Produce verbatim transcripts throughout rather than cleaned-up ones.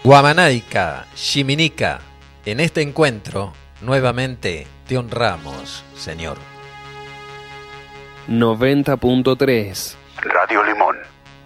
Guamanaica, Ximinica, en este encuentro nuevamente te honramos, Señor. noventa punto tres Radio Limón.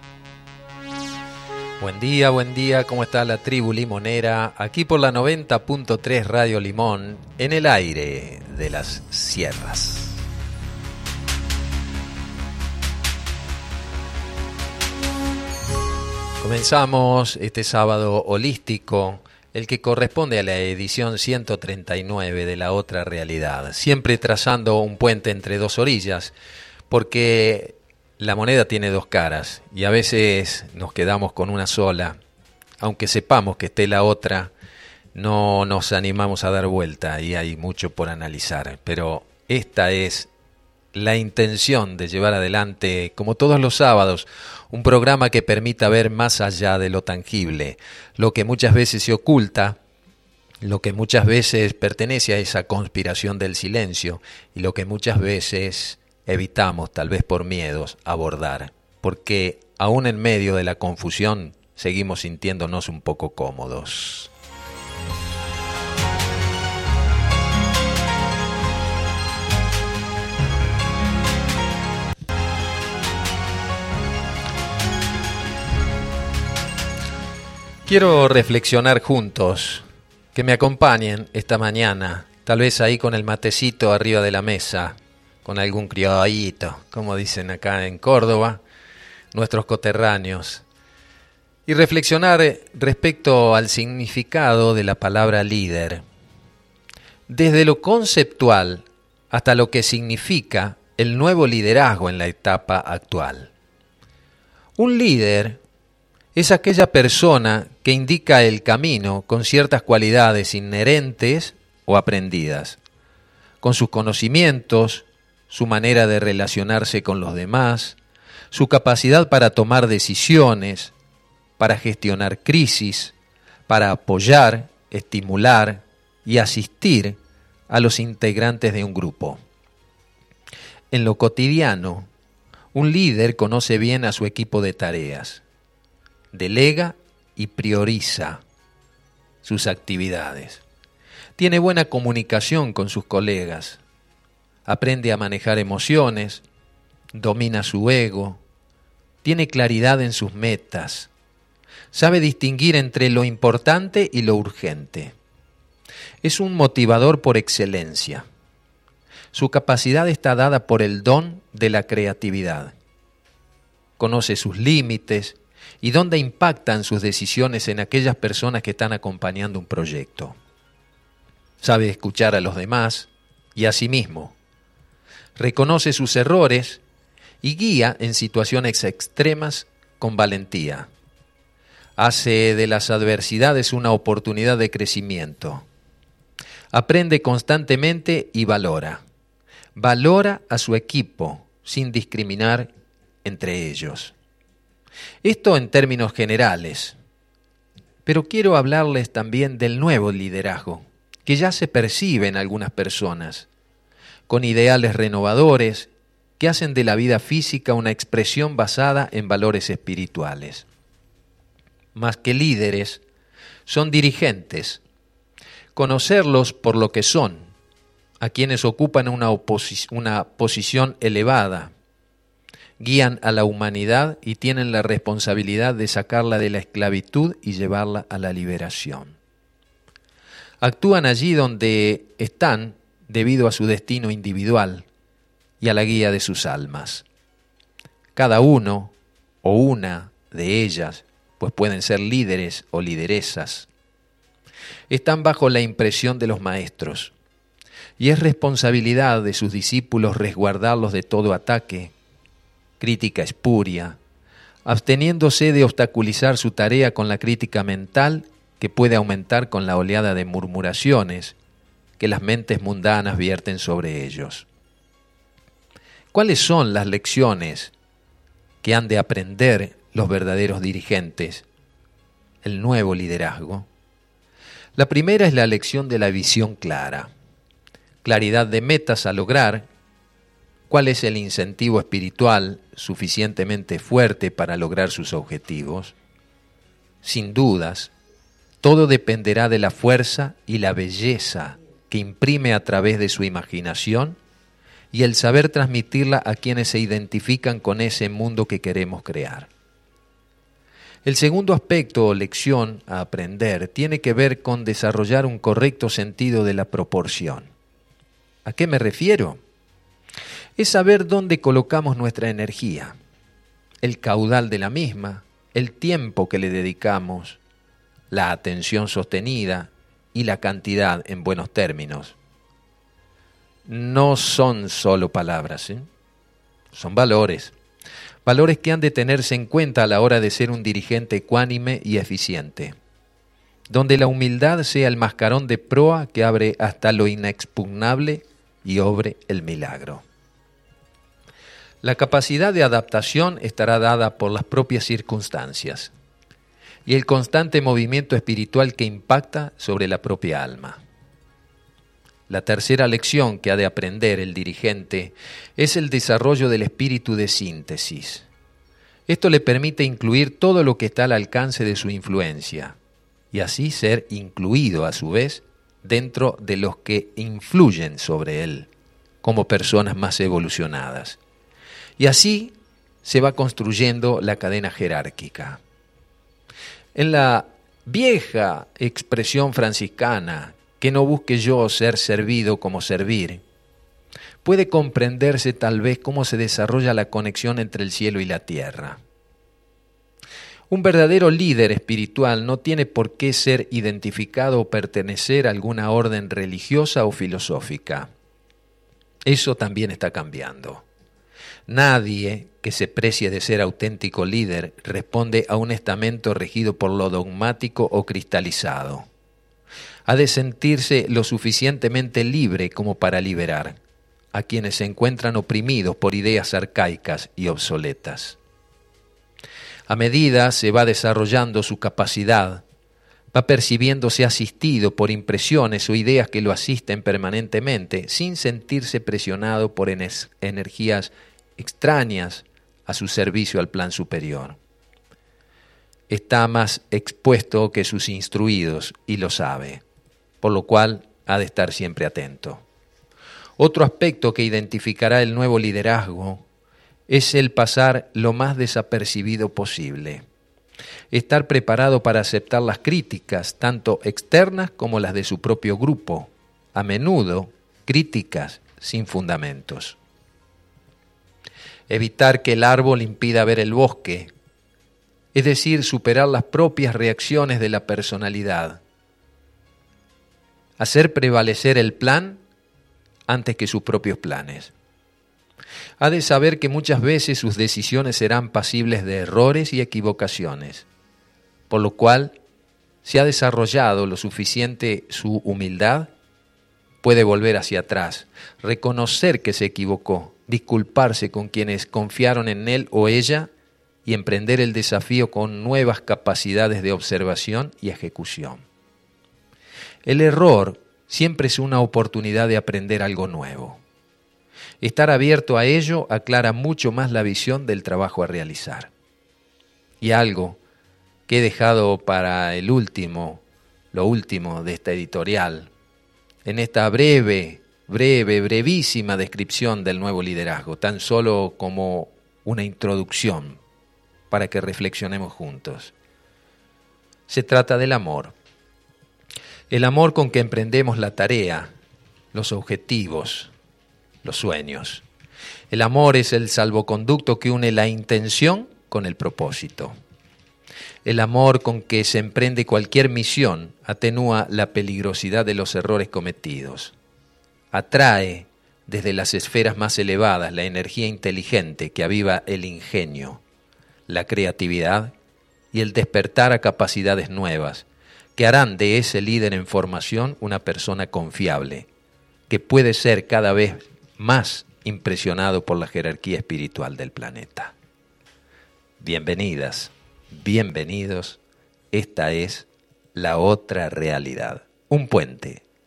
Buen día, buen día, ¿cómo está la tribu limonera? Aquí por la noventa punto tres Radio Limón, en el aire de las sierras. Comenzamos este sábado holístico, el que corresponde a la edición ciento treinta y nueve de La Otra Realidad, siempre trazando un puente entre dos orillas, porque la moneda tiene dos caras y a veces nos quedamos con una sola, aunque sepamos que esté la otra, no nos animamos a dar vuelta y hay mucho por analizar, pero esta es la intención de llevar adelante, como todos los sábados, un programa que permita ver más allá de lo tangible, lo que muchas veces se oculta, lo que muchas veces pertenece a esa conspiración del silencio y lo que muchas veces evitamos, tal vez por miedos, abordar, porque aún en medio de la confusión seguimos sintiéndonos un poco cómodos. Quiero reflexionar juntos, que me acompañen esta mañana, tal vez ahí con el matecito arriba de la mesa, con algún criollito, como dicen acá en Córdoba, nuestros coterráneos, y reflexionar respecto al significado de la palabra líder, desde lo conceptual hasta lo que significa el nuevo liderazgo en la etapa actual. Un líder es aquella persona que indica el camino con ciertas cualidades inherentes o aprendidas, con sus conocimientos, su manera de relacionarse con los demás, su capacidad para tomar decisiones, para gestionar crisis, para apoyar, estimular y asistir a los integrantes de un grupo. En lo cotidiano, un líder conoce bien a su equipo de tareas, delega y prioriza sus actividades. Tiene buena comunicación con sus colegas, aprende a manejar emociones, domina su ego, tiene claridad en sus metas, sabe distinguir entre lo importante y lo urgente. Es un motivador por excelencia. Su capacidad está dada por el don de la creatividad. Conoce sus límites y dónde impactan sus decisiones en aquellas personas que están acompañando un proyecto. Sabe escuchar a los demás y a sí mismo. Reconoce sus errores y guía en situaciones extremas con valentía. Hace de las adversidades una oportunidad de crecimiento. Aprende constantemente y valora. Valora a su equipo sin discriminar entre ellos. Esto en términos generales, pero quiero hablarles también del nuevo liderazgo, que ya se percibe en algunas personas, con ideales renovadores que hacen de la vida física una expresión basada en valores espirituales. Más que líderes, son dirigentes. Conocerlos por lo que son, a quienes ocupan una, oposi- una posición elevada, guían a la humanidad y tienen la responsabilidad de sacarla de la esclavitud y llevarla a la liberación. Actúan allí donde están debido a su destino individual y a la guía de sus almas. Cada uno o una de ellas, pues pueden ser líderes o lideresas, están bajo la impresión de los maestros y es responsabilidad de sus discípulos resguardarlos de todo ataque, crítica espuria, absteniéndose de obstaculizar su tarea con la crítica mental que puede aumentar con la oleada de murmuraciones que las mentes mundanas vierten sobre ellos. ¿Cuáles son las lecciones que han de aprender los verdaderos dirigentes? El nuevo liderazgo. La primera es la lección de la visión clara, claridad de metas a lograr, cuál es el incentivo espiritual suficientemente fuerte para lograr sus objetivos, sin dudas, Todo dependerá de la fuerza y la belleza que imprime a través de su imaginación y el saber transmitirla a quienes se identifican con ese mundo que queremos crear. El segundo aspecto o lección a aprender tiene que ver con desarrollar un correcto sentido de la proporción. ¿A qué me refiero? Es saber dónde colocamos nuestra energía, el caudal de la misma, el tiempo que le dedicamos, la atención sostenida y la cantidad en buenos términos. No son solo palabras, ¿eh? Son valores. Valores que han de tenerse en cuenta a la hora de ser un dirigente ecuánime y eficiente, donde la humildad sea el mascarón de proa que abre hasta lo inexpugnable y obre el milagro. La capacidad de adaptación estará dada por las propias circunstancias y el constante movimiento espiritual que impacta sobre la propia alma. La tercera lección que ha de aprender el dirigente es el desarrollo del espíritu de síntesis. Esto le permite incluir todo lo que está al alcance de su influencia y así ser incluido a su vez dentro de los que influyen sobre él como personas más evolucionadas. Y así se va construyendo la cadena jerárquica. En la vieja expresión franciscana, que no busque yo ser servido como servir, puede comprenderse tal vez cómo se desarrolla la conexión entre el cielo y la tierra. Un verdadero líder espiritual no tiene por qué ser identificado o pertenecer a alguna orden religiosa o filosófica. Eso también está cambiando. Nadie que se precie de ser auténtico líder responde a un estamento regido por lo dogmático o cristalizado. Ha de sentirse lo suficientemente libre como para liberar a quienes se encuentran oprimidos por ideas arcaicas y obsoletas. A medida se va desarrollando su capacidad, va percibiéndose asistido por impresiones o ideas que lo asisten permanentemente, sin sentirse presionado por ener- energías extrañas a su servicio al plan superior. Está más expuesto que sus instruidos y lo sabe, por lo cual ha de estar siempre atento. Otro aspecto que identificará el nuevo liderazgo es el pasar lo más desapercibido posible. Estar preparado para aceptar las críticas, tanto externas como las de su propio grupo, a menudo críticas sin fundamentos. Evitar que el árbol impida ver el bosque, es decir, superar las propias reacciones de la personalidad. Hacer prevalecer el plan antes que sus propios planes. Ha de saber que muchas veces sus decisiones serán pasibles de errores y equivocaciones, por lo cual, si ha desarrollado lo suficiente su humildad, puede volver hacia atrás, reconocer que se equivocó, disculparse con quienes confiaron en él o ella y emprender el desafío con nuevas capacidades de observación y ejecución. El error siempre es una oportunidad de aprender algo nuevo. Estar abierto a ello aclara mucho más la visión del trabajo a realizar. Y algo que he dejado para el último, lo último de esta editorial, en esta breve, breve, brevísima descripción del nuevo liderazgo, tan solo como una introducción para que reflexionemos juntos. Se trata del amor. El amor con que emprendemos la tarea, los objetivos, los sueños. El amor es el salvoconducto que une la intención con el propósito. El amor con que se emprende cualquier misión atenúa la peligrosidad de los errores cometidos. Atrae desde las esferas más elevadas la energía inteligente que aviva el ingenio, la creatividad y el despertar a capacidades nuevas que harán de ese líder en formación una persona confiable, que puede ser cada vez más impresionado por la jerarquía espiritual del planeta. Bienvenidas, bienvenidos, esta es La Otra Realidad, un puente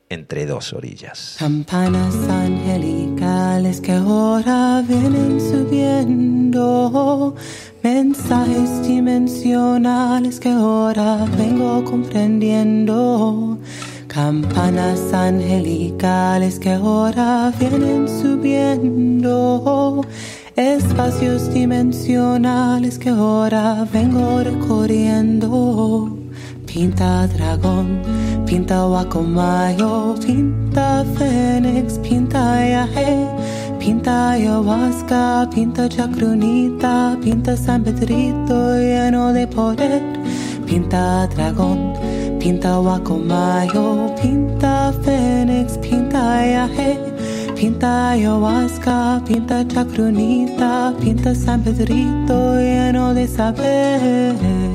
Entre dos orillas. Campanas angelicales que ahora vienen subiendo, mensajes dimensionales que ahora vengo comprendiendo. Campanas angelicales que ahora vienen subiendo, espacios dimensionales que ahora vengo recorriendo. Pinta dragón, pinta guacomayo, pinta fénix, pinta yaje, pinta ayahuasca, pinta chacrunita, pinta San Pedrito lleno de poder. Pinta dragón, pinta guacomayo, pinta fénix, pinta yaje, pinta ayahuasca, pinta chacrunita, pinta San Pedrito lleno de saber.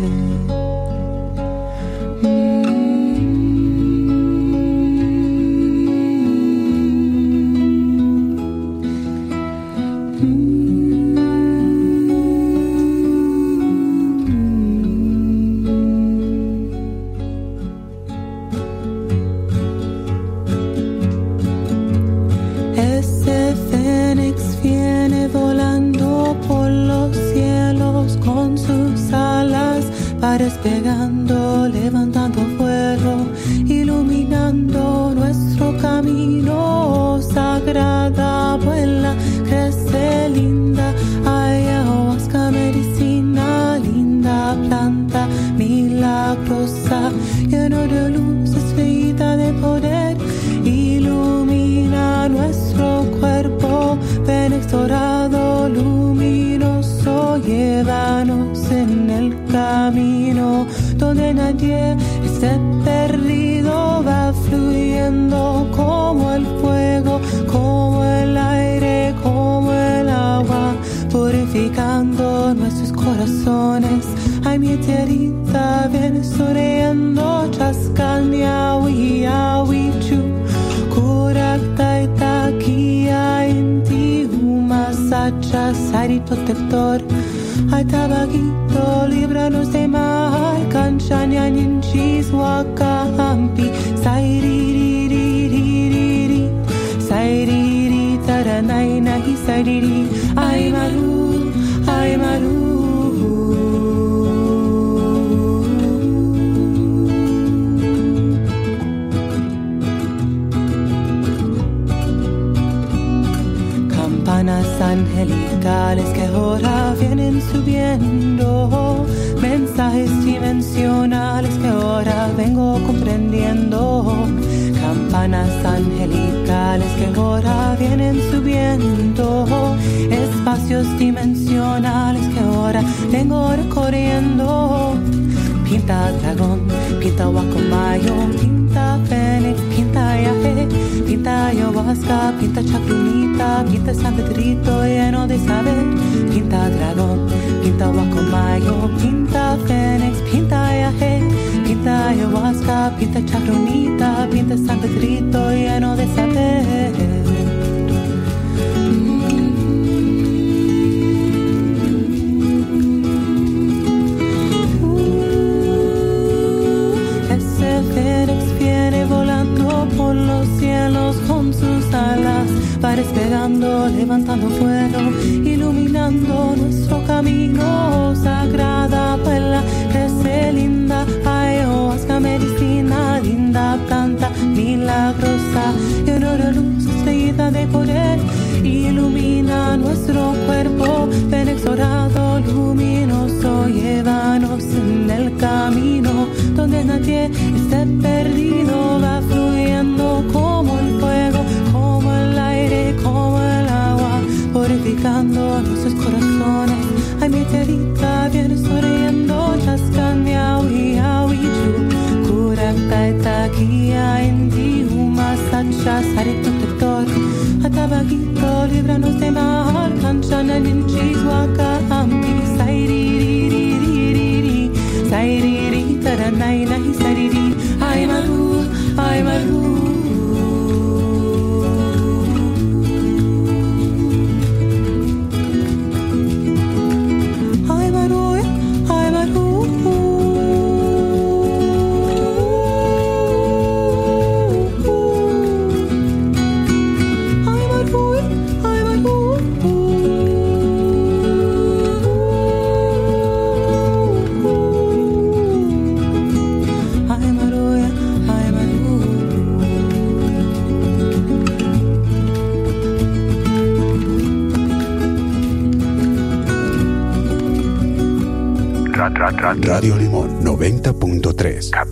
Despegando, levantando vuelo, iluminando nuestro camino. Sagrada abuela, crece linda, ayahuasca medicina, linda planta milagrosa, lleno de luz, estrellita de poder, ilumina nuestro cuerpo, fénix dorado, luminoso, llévanos en el camino donde nadie esté perdido, va fluyendo como el fuego, como el aire, como el agua, purificando nuestros corazones. Ay, mi tierrita viene sonriendo, chascan yawi, yawi, chu, kurakta itakia inti, humasacha, sari protector. Ay, tabaquito, líbranos de mal, canchanya, ninchis, wakahampi, saiririririririri, sairiri, taranainahi, sairiri, ay, maru, ay, maru. Campanas angelicales que ahora vienen subiendo, mensajes dimensionales que ahora vengo comprendiendo. Campanas angelicales que ahora vienen subiendo, espacios dimensionales que ahora vengo recorriendo. Pinta dragón, pinta guacomayo, pinta fénix, pinta yaje, pinta ayahuasca, pinta chacrunita, pinta San Pedrito lleno de saber. Pinta dragón, pinta guacomayo, pinta fénix, pinta yaje, pinta ayahuasca, pinta chacrunita, pinta San Pedrito lleno de saber. Por los cielos con sus alas, va despegando, levantando fuego, iluminando nuestro camino. Sagrada abuela, crece linda, ayahuasca medicina, linda planta milagrosa, lleno de luz, estrellita de poder, ilumina nuestro cuerpo, fénix dorado, luminoso, llévanos en el camino donde nadie esté perdido, va fluyendo como el fuego, como el aire, como el agua, purificando nuestros corazones. Ay, mi tierrita viene sonriendo, chascan yawi, yawi, chu, kurakta itakia inti, humasacha, sari protector. Atabaquito, líbranos de mal, canchana, ninchis, wakahampi, saiririririririri, sairiri, taranainahi, sairiri, ay, maru, ay, maru. Ooh. Radio Limón noventa punto tres.